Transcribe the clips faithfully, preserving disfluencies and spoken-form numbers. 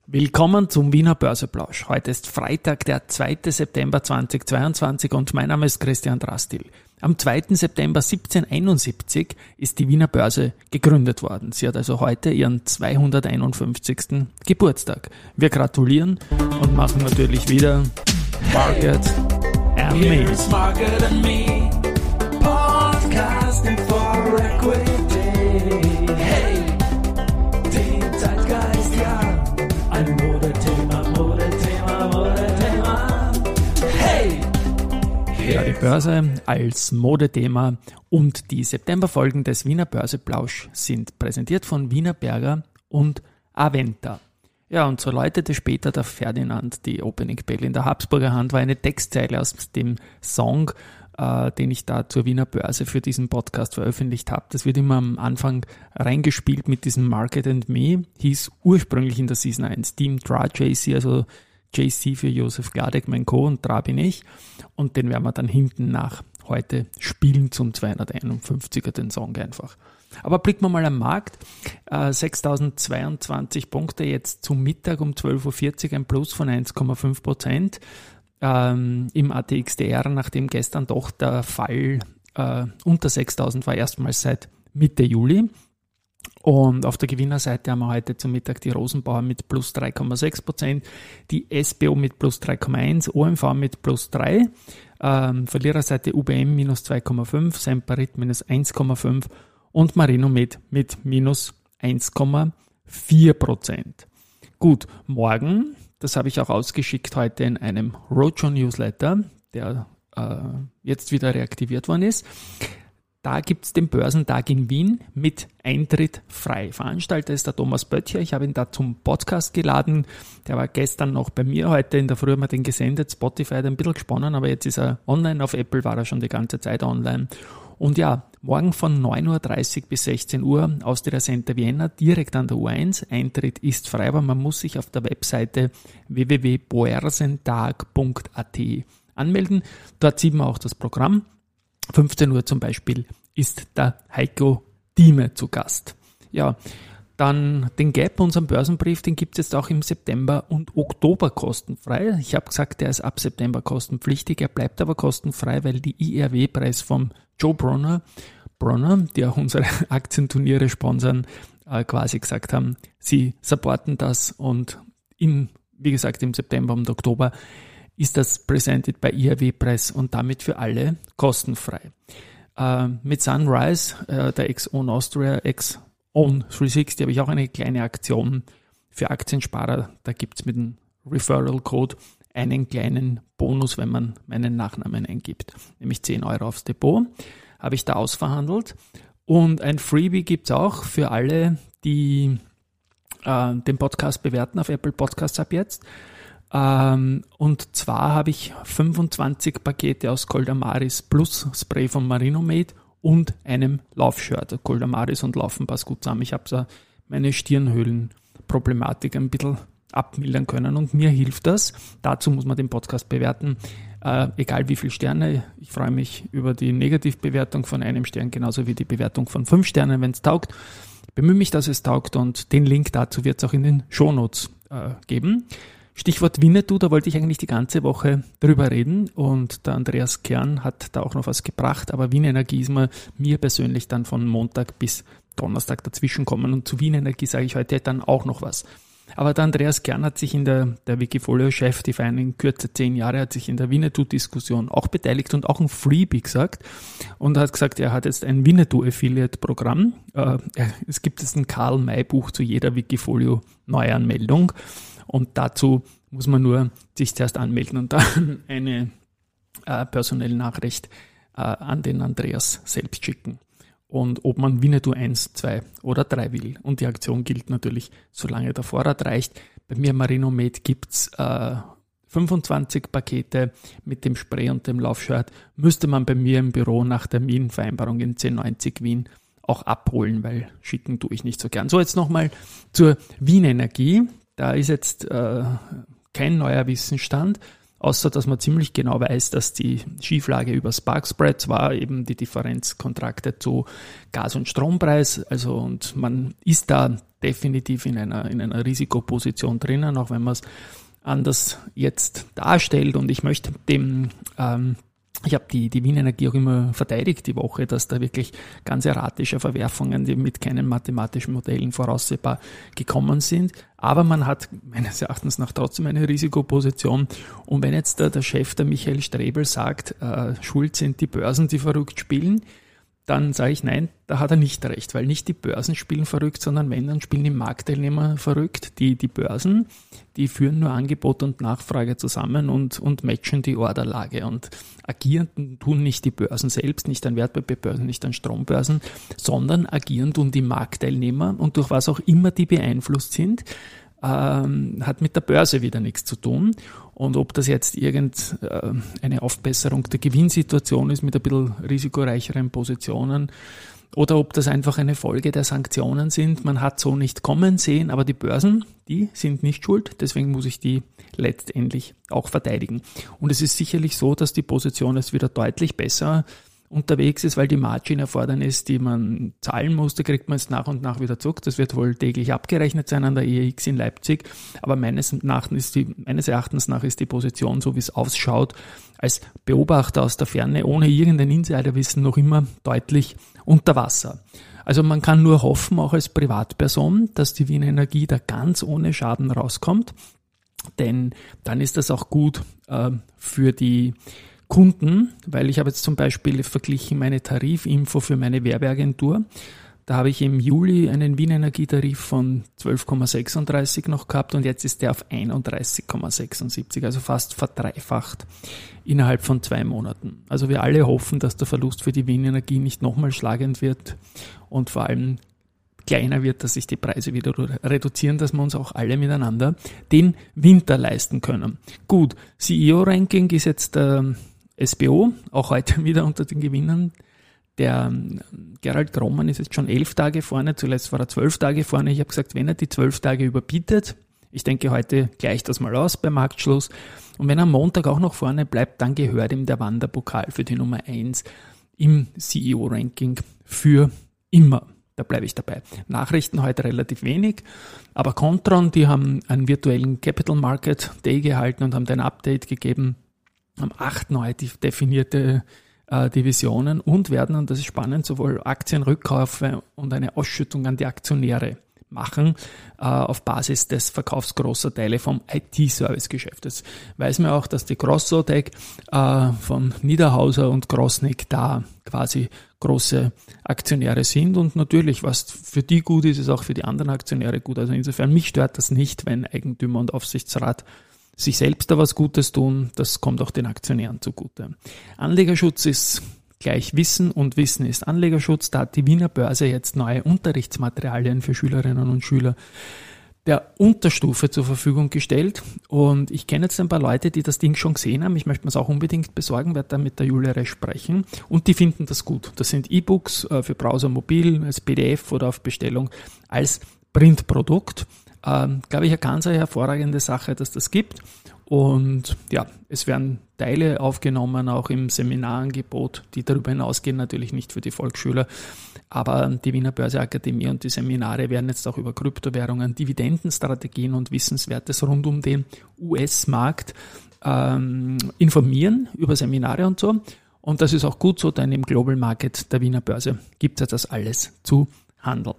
Willkommen zum Wiener Börseplausch. Heute ist Freitag, der zweiter September zweitausendzweiundzwanzig und mein Name ist Christian Drastil. Am zweiter September siebzehnhunderteinundsiebzig ist die Wiener Börse gegründet worden. Sie hat also heute ihren zweihunderteinundfünfzigsten Geburtstag. Wir gratulieren und machen natürlich wieder Market and Me. Here's Market and Me, podcasting for equity. Hey, den Zeitgeist, ja, ein Modethema, Modethema, Modethema. Hey, Ja, die Börse als Modethema und die Septemberfolgen des Wiener Börseplausch sind präsentiert von Wiener Berger und Aventa. Ja, und so läutete später der Ferdinand die Opening Bell. In der Habsburger Hand war eine Textzeile aus dem Song, äh, den ich da zur Wiener Börse für diesen Podcast veröffentlicht habe. Das wird immer am Anfang reingespielt mit diesem Market and Me. Hieß ursprünglich in der Season eins Team Dra J C, also J C für Josef Gladek, mein Co. und Dra bin ich. Und den werden wir dann hinten nach heute spielen zum zweihunderteinundfünfziger, den Song einfach. Aber blicken wir mal am Markt. Äh, sechstausendzweiundzwanzig Punkte jetzt zum Mittag um zwölf Uhr vierzig, ein Plus von eins Komma fünf Prozent ähm, im A T X T R, nachdem gestern doch der Fall äh, unter sechstausend war, erstmals seit Mitte Juli. Und auf der Gewinnerseite haben wir heute zum Mittag die Rosenbauer mit plus drei Komma sechs Prozent, die S B O mit plus drei Komma eins, O M V mit plus drei, ähm, Verliererseite U B M minus zwei Komma fünf, Semperit minus eins Komma fünf und Marinomed mit minus eins Komma vier Prozent. Gut, morgen, das habe ich auch ausgeschickt heute in einem Roadshow-Newsletter, der äh, jetzt wieder reaktiviert worden ist. Da gibt es den Börsentag in Wien mit Eintritt frei. Veranstalter ist der Thomas Böttcher. Ich habe ihn da zum Podcast geladen. Der war gestern noch bei mir. Heute in der Früh haben wir den gesendet. Spotify hat ein bisschen gesponnen, aber jetzt ist er online. Auf Apple war er schon die ganze Zeit online. Und ja, morgen von neun Uhr dreißig bis sechzehn Uhr Austria Center Vienna, direkt an der U eins. Eintritt ist frei, aber man muss sich auf der Webseite w w w punkt boersentag punkt a t anmelden. Dort sieht man auch das Programm. fünfzehn Uhr zum Beispiel ist der Heiko Thieme zu Gast. Ja, dann den Gap, unseren Börsenbrief, den gibt es jetzt auch im September und Oktober kostenfrei. Ich habe gesagt, der ist ab September kostenpflichtig, er bleibt aber kostenfrei, weil die I R W-Preis vom Joe Bronner, Bronner, die auch unsere Aktienturniere sponsern, äh, quasi gesagt haben, sie supporten das und im, wie gesagt, im September und Oktober ist das presented bei I R W-Preis und damit für alle kostenfrei. Äh, mit Sunrise, äh, der Ex-Own Austria, Ex-Own dreihundertsechzig, habe ich auch eine kleine Aktion für Aktiensparer. Da gibt es mit dem Referral-Code einen kleinen Bonus, wenn man meinen Nachnamen eingibt, nämlich zehn Euro aufs Depot. Habe ich da ausverhandelt. Und ein Freebie gibt es auch für alle, die äh, den Podcast bewerten auf Apple Podcasts ab jetzt. Ähm, und zwar habe ich fünfundzwanzig Pakete aus Coldamaris plus Spray von Marinomed und einem Laufshirt. Coldamaris und Laufen passt gut zusammen. Ich habe so meine Stirnhöhlenproblematik ein bisschen abmildern können und mir hilft das. Dazu muss man den Podcast bewerten, äh, egal wie viele Sterne. Ich freue mich über die Negativbewertung von einem Stern, genauso wie die Bewertung von fünf Sternen, wenn es taugt. Ich bemühe mich, dass es taugt und den Link dazu wird es auch in den Shownotes äh, geben. Stichwort Winnetou, da wollte ich eigentlich die ganze Woche drüber reden und der Andreas Kern hat da auch noch was gebracht, aber Wien Energie ist mir, mir persönlich dann von Montag bis Donnerstag dazwischen kommen und zu Wien Energie sage ich heute dann auch noch was. Aber der Andreas Kern hat sich in der, der Wikifolio-Chef, die feiern in Kürze zehn Jahre, hat sich in der Winnetou-Diskussion auch beteiligt und auch ein Freebie gesagt und hat gesagt, er hat jetzt ein Winnetou-Affiliate-Programm. Äh, es gibt jetzt ein Karl-May-Buch zu jeder Wikifolio-Neuanmeldung. Und dazu muss man nur sich zuerst anmelden und dann eine äh, personelle Nachricht äh, an den Andreas selbst schicken. Und ob man Winnetou eins, zwei oder drei will. Und die Aktion gilt natürlich, solange der Vorrat reicht. Bei mir Marinomed gibt's äh, fünfundzwanzig Pakete mit dem Spray und dem Laufshirt. Müsste man bei mir im Büro nach Terminvereinbarung in zehn neunzig Wien auch abholen, weil schicken tue ich nicht so gern. So, jetzt nochmal zur Wien Energie. Da ist jetzt äh, kein neuer Wissensstand. außer dass man ziemlich genau weiß, dass die Schieflage über Spark Spreads war, eben die Differenzkontrakte zu Gas- und Strompreis. Also und man ist da definitiv in einer, in einer Risikoposition drinnen, auch wenn man es anders jetzt darstellt. Und ich möchte dem ähm, Ich habe die, die Wien Energie auch immer verteidigt die Woche, dass da wirklich ganz erratische Verwerfungen, die mit keinen mathematischen Modellen voraussehbar gekommen sind. Aber man hat meines Erachtens nach trotzdem eine Risikoposition. Und wenn jetzt der, der Chef, der Michael Strebel, sagt, äh, schuld sind die Börsen, die verrückt spielen, dann sage ich, nein, da hat er nicht recht, weil nicht die Börsen spielen verrückt, sondern wenn, dann spielen die Marktteilnehmer verrückt. Die, die Börsen, die führen nur Angebot und Nachfrage zusammen und, und matchen die Orderlage und agieren tun nicht die Börsen selbst, nicht an Wertpapierbörsen, nicht an Strombörsen, sondern agieren tun die Marktteilnehmer und durch was auch immer die beeinflusst sind, ähm, hat mit der Börse wieder nichts zu tun. Und ob das jetzt irgendeine Aufbesserung der Gewinnsituation ist mit ein bisschen risikoreicheren Positionen oder ob das einfach eine Folge der Sanktionen sind, man hat so nicht kommen sehen, aber die Börsen, die sind nicht schuld, deswegen muss ich die letztendlich auch verteidigen. Und es ist sicherlich so, dass die Position jetzt wieder deutlich besser unterwegs ist, weil die Margin-Erfordernis, die man zahlen musste, kriegt man jetzt nach und nach wieder zurück. Das wird wohl täglich abgerechnet sein an der E E X in Leipzig. Aber meines Erachtens ist die, meines Erachtens nach ist die Position, so wie es ausschaut, als Beobachter aus der Ferne, ohne irgendein Insiderwissen, noch immer deutlich unter Wasser. Also man kann nur hoffen, auch als Privatperson, dass die Wien Energie da ganz ohne Schaden rauskommt. Denn dann ist das auch gut äh, für die Kunden, weil ich habe jetzt zum Beispiel verglichen meine Tarifinfo für meine Werbeagentur. Da habe ich im Juli einen Wien Energietarif von zwölf Komma sechsunddreißig noch gehabt und jetzt ist der auf einunddreißig Komma sechsundsiebzig, also fast verdreifacht innerhalb von zwei Monaten. Also wir alle hoffen, dass der Verlust für die Wien Energie nicht nochmal schlagend wird und vor allem kleiner wird, dass sich die Preise wieder reduzieren, dass wir uns auch alle miteinander den Winter leisten können. Gut, C E O-Ranking ist jetzt der S B O, auch heute wieder unter den Gewinnern. Der Gerald Grohmann ist jetzt schon elf Tage vorne, zuletzt war er zwölf Tage vorne. Ich habe gesagt, wenn er die zwölf Tage überbietet, ich denke, heute gleicht das mal aus beim Marktschluss. Und wenn er am Montag auch noch vorne bleibt, dann gehört ihm der Wanderpokal für die Nummer eins im C E O-Ranking für immer. Da bleibe ich dabei. Nachrichten heute relativ wenig, aber Kontron, die haben einen virtuellen Capital Market Day gehalten und haben ein Update gegeben, haben acht neu definierte äh, Divisionen und werden, und das ist spannend, sowohl Aktienrückkäufe und eine Ausschüttung an die Aktionäre machen äh, auf Basis des Verkaufs großer Teile vom I T-Service-Geschäft. Das weiß man auch, dass die Grossotec äh, von Niederhauser und Grossnick da quasi große Aktionäre sind und natürlich, was für die gut ist, ist auch für die anderen Aktionäre gut. Also insofern, mich stört das nicht, wenn Eigentümer und Aufsichtsrat sich selbst da was Gutes tun, das kommt auch den Aktionären zugute. Anlegerschutz ist gleich Wissen und Wissen ist Anlegerschutz. Da hat die Wiener Börse jetzt neue Unterrichtsmaterialien für Schülerinnen und Schüler der Unterstufe zur Verfügung gestellt und ich kenne jetzt ein paar Leute, die das Ding schon gesehen haben. Ich möchte mir es auch unbedingt besorgen, werde da mit der Julia Resch sprechen und die finden das gut. Das sind E-Books für Browser mobil, als P D F oder auf Bestellung als Printprodukt. Ähm, glaube ich, eine ganz hervorragende Sache, dass das gibt. Und ja, es werden Teile aufgenommen, auch im Seminarangebot, die darüber hinausgehen, natürlich nicht für die Volksschüler. Aber die Wiener Börseakademie und die Seminare werden jetzt auch über Kryptowährungen, Dividendenstrategien und Wissenswertes rund um den U S-Markt ähm, informieren, über Seminare und so. Und das ist auch gut so, denn im Global Market der Wiener Börse gibt es das alles zu handeln.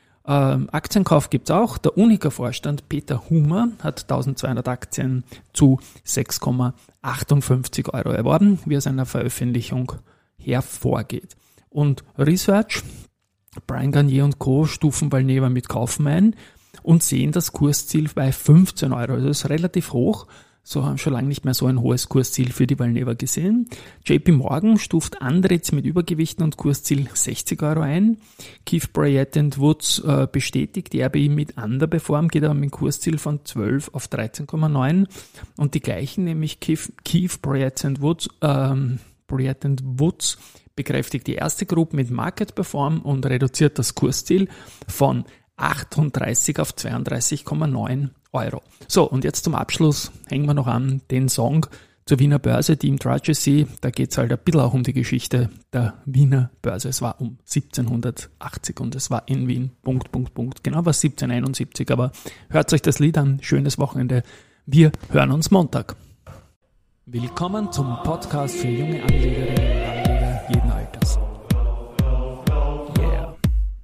Ähm, Aktienkauf gibt's auch. Der Unica-Vorstand Peter Humer hat eintausendzweihundert Aktien zu sechs Komma achtundfünfzig Euro erworben, wie aus einer Veröffentlichung hervorgeht. Und Research, Brian Garnier und Co. stufen Valneva mit Kaufen ein und sehen das Kursziel bei fünfzehn Euro. Also das ist relativ hoch. So haben schon lange nicht mehr so ein hohes Kursziel für die Valneva gesehen. J P Morgan stuft Andritz mit Übergewichten und Kursziel sechzig Euro ein. Keefe Bruyette and Woods äh, bestätigt die R B I mit Underperform, geht aber mit einem Kursziel von zwölf auf dreizehn Komma neun. Und die gleichen, nämlich Keefe, Keefe Bruyette and Woods, ähm, Bruyette and Woods bekräftigt die erste Gruppe mit Market Perform und reduziert das Kursziel von achtunddreißig auf zweiunddreißig Komma neun Euro. So, und jetzt zum Abschluss hängen wir noch an den Song zur Wiener Börse, die im Tragedy. Da geht es halt ein bisschen auch um die Geschichte der Wiener Börse. Es war um siebzehnhundertachtzig und es war in Wien, Punkt, Punkt, Punkt. Genau war siebzehnhunderteinundsiebzig, aber hört euch das Lied an. Schönes Wochenende. Wir hören uns Montag. Willkommen zum Podcast für junge Anlegerinnen und Anleger jeden Alters. Yeah.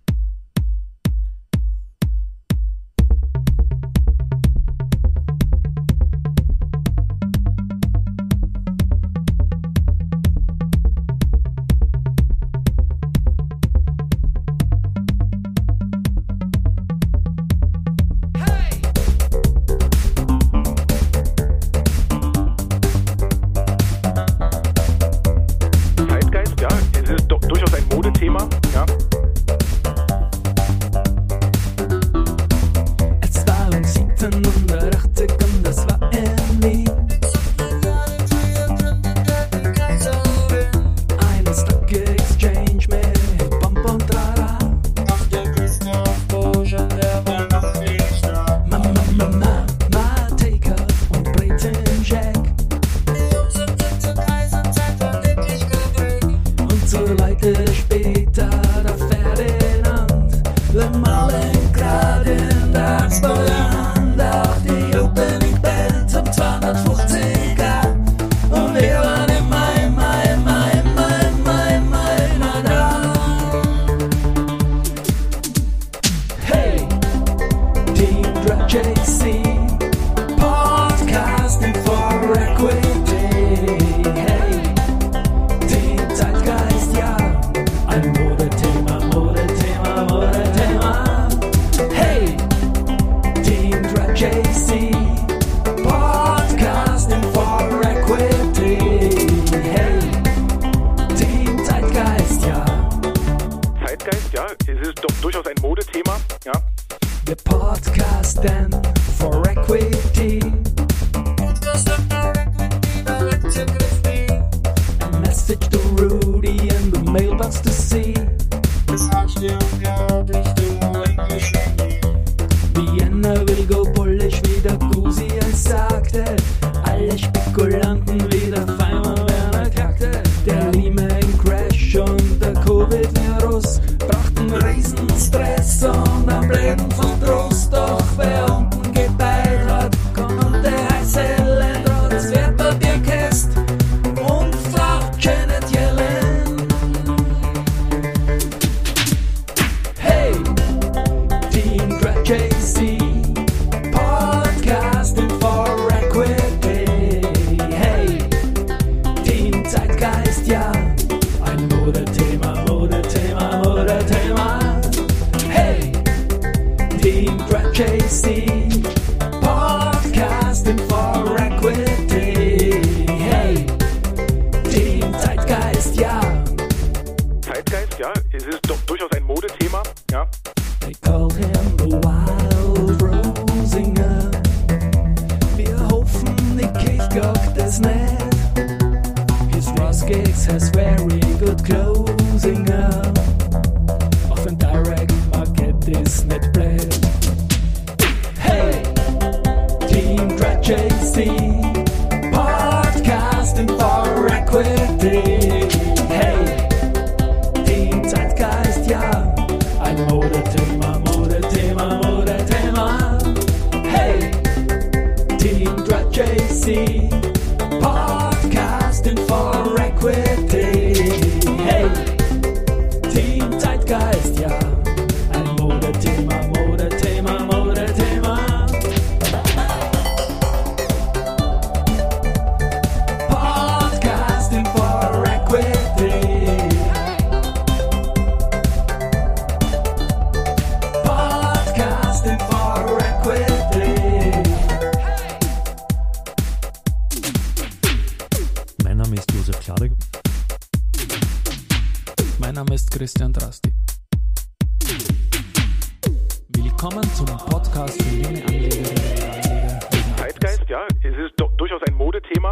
Später der Ferdinand, wir malen grad in der Experiment, auch die Opening Band um zweihundertfünfziger und wir waren immer, immer, immer, immer, immer, immer, immer da. Hey, Team Drag J C, Podcasting for Equity. Hey, Team Zeitgeist, ja. Ein Modethema, Modethema, Modethema. Hey, Team Drag J C, Podcasting for Equity. Hey, Team Zeitgeist, ja. Zeitgeist, ja, es ist doch durchaus ein Modethema, ja. Wir podcasten for Equity. A message to Rudy and the mailbox to see. Vienna will go Polish, wie der Gusi es sagte. Alle Spekulanten wieder Feimer Werner kackte. Der Lehman-Crash und der Covid-Virus brachten Riesenstress und am Leben von Trost. Doch wer unten gebeilt hat, konnte heiße Länder das Wertpapier käst und Frau Janet Yellen. Hey, Team Drag J C, Podcasting for Equity. Hey, Team Zeitgeist, ja. Ein Modethema, Modethema, Modethema. Hey, Team Drag J C, Podcasting for Equity. Hey, Team Zeitgeist, ja. Zeitgeist, ja, es ist doch durchaus ein Modethema, ja. They call him the Wild Rosinger. Wir hoffen, Nick Cave gockt es nicht. His Ross Gigs has very good closing up. Auf ein Direct Market ist nicht blöd. Hey, Team Drag J C, Podcasting for Equity. Hey, Team Zeitgeist, ja. Ein Modethema, Modethema, Modethema. Hey, Team Drag J C, Podcasting for Equity. Hey, Team Zeitgeist, ja. Ein Modethema, Modethema, Modethema. Podcasting for Equity. Podcasting for Equity. Mein Name ist Josef Kladek. Mein Name ist Christian Drasti. Willkommen zum Podcast für junge Anlegerinnen und Anleger. Zeitgeist, ja, es ist doch durchaus ein Modethema.